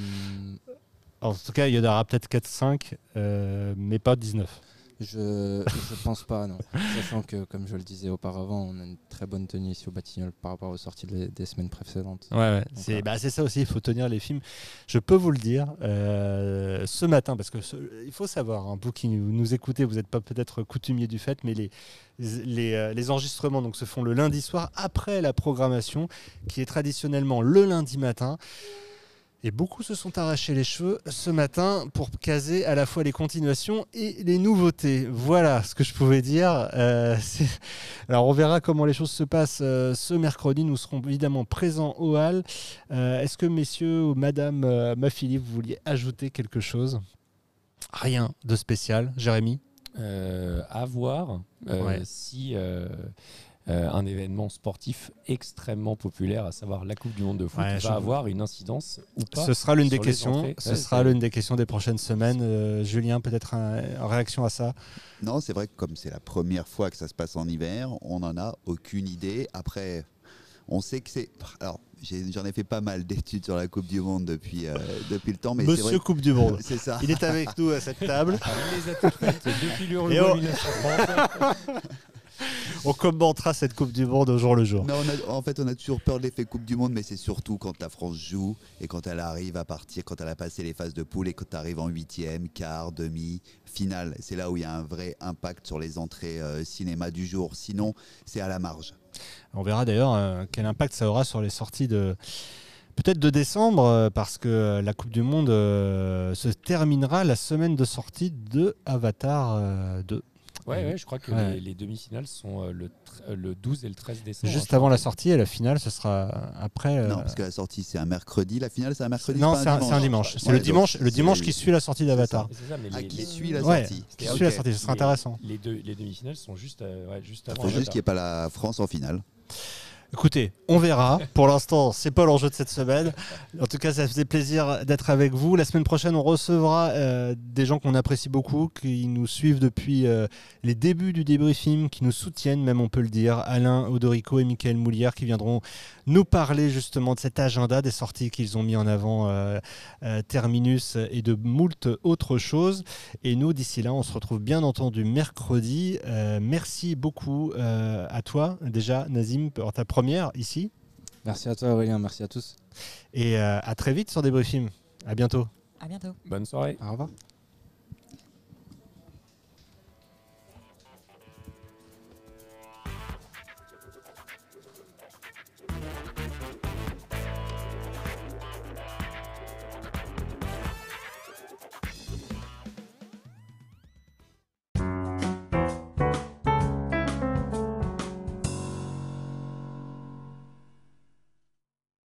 En tout cas, il y en aura peut-être quatre cinq, euh, mais pas dix-neuf. Je je pense pas, non. Sachant que, comme je le disais auparavant, on a une très bonne tenue ici au Batignolles par rapport aux sorties des, des semaines précédentes. Ouais, ouais. Donc, C'est, euh, bah, c'est ça aussi, il faut tenir les films. Je peux vous le dire, euh, ce matin, parce que ce- il faut savoir, hein, vous qui nous, nous écoutez, vous n'êtes pas peut-être coutumier du fait, mais les, les, euh, les enregistrements donc, se font le lundi soir après la programmation, qui est traditionnellement le lundi matin. Et beaucoup se sont arrachés les cheveux ce matin pour caser à la fois les continuations et les nouveautés. Voilà ce que je pouvais dire. Euh, c'est- Alors on verra comment les choses se passent euh, ce mercredi. Nous serons évidemment présents au Hall. Euh, Est-ce que messieurs ou madame euh, Maphilippe, vous vouliez ajouter quelque chose? Rien de spécial. Jérémy? Euh, à voir euh, Ouais. si euh, euh, un événement sportif extrêmement populaire, à savoir la Coupe du Monde de foot, Ouais, va je- avoir une incidence ou pas. Ce sera l'une des sur les questions. entrées. Ce Ouais, sera c'est- l'une des questions des prochaines semaines. Euh, Julien, peut-être un- en réaction à ça? Non, c'est vrai que comme c'est la première fois que ça se passe en hiver, on n'en a aucune idée. Après, on sait que c'est... Alors, j'ai- j'en ai fait pas mal d'études sur la Coupe du Monde depuis, euh, depuis le temps, mais c'est Monsieur vrai que- Coupe du Monde. c'est ça. Il est avec nous à cette table. Il les a toutes faites depuis l'Euro Et on- mille neuf cent trente. On commentera cette Coupe du Monde au jour le jour. Mais on a- en fait, on a toujours peur de l'effet Coupe du Monde, mais c'est surtout quand la France joue et quand elle arrive à partir, quand elle a passé les phases de poule et quand tu arrives en huitième, quart, demi, finale. C'est là où il y a un vrai impact sur les entrées euh, cinéma du jour. Sinon, c'est à la marge. On verra d'ailleurs euh, quel impact ça aura sur les sorties de peut-être de décembre, euh, parce que euh, la Coupe du Monde euh, se terminera la semaine de sortie de Avatar euh, deux. Ouais, ouais, je crois que Ouais. les, les demi-finales sont euh, le, tr- euh, le douze et le treize décembre. Juste hein, avant je la crois. sortie, et la finale, ce sera après. euh, Non, parce que la sortie, c'est un mercredi. La finale, c'est un mercredi. non, pas c'est un, c'est un dimanche. C'est Ouais, le donc, dimanche, le c'est- dimanche qui suit la sortie d'Avatar. C'est ça, mais Ah, les, qui les- suit la Ouais, sortie. qui Ok. suit la sortie, ce sera les- intéressant. Les deux les demi-finales sont juste, euh, ouais, juste Il avant. faut juste Avatar. qu'il n'y ait pas la France en finale. Écoutez, on verra. Pour l'instant, c'est pas l'enjeu de cette semaine. En tout cas, ça faisait plaisir d'être avec vous. La semaine prochaine, on recevra euh, des gens qu'on apprécie beaucoup, qui nous suivent depuis euh, les débuts du débriefing, qui nous soutiennent, même on peut le dire. Alain Odorico et Michael Moulière qui viendront nous parler justement de cet agenda, des sorties qu'ils ont mis en avant, euh, euh, Terminus et de moult autres choses. Et nous, d'ici là, on se retrouve bien entendu mercredi. Euh, merci beaucoup euh, à toi, déjà, Nazim, pour ta première ici. Merci à toi Aurélien, merci à tous. Et euh, à très vite sur Débriefing. À bientôt. À bientôt. Bonne soirée. Au revoir.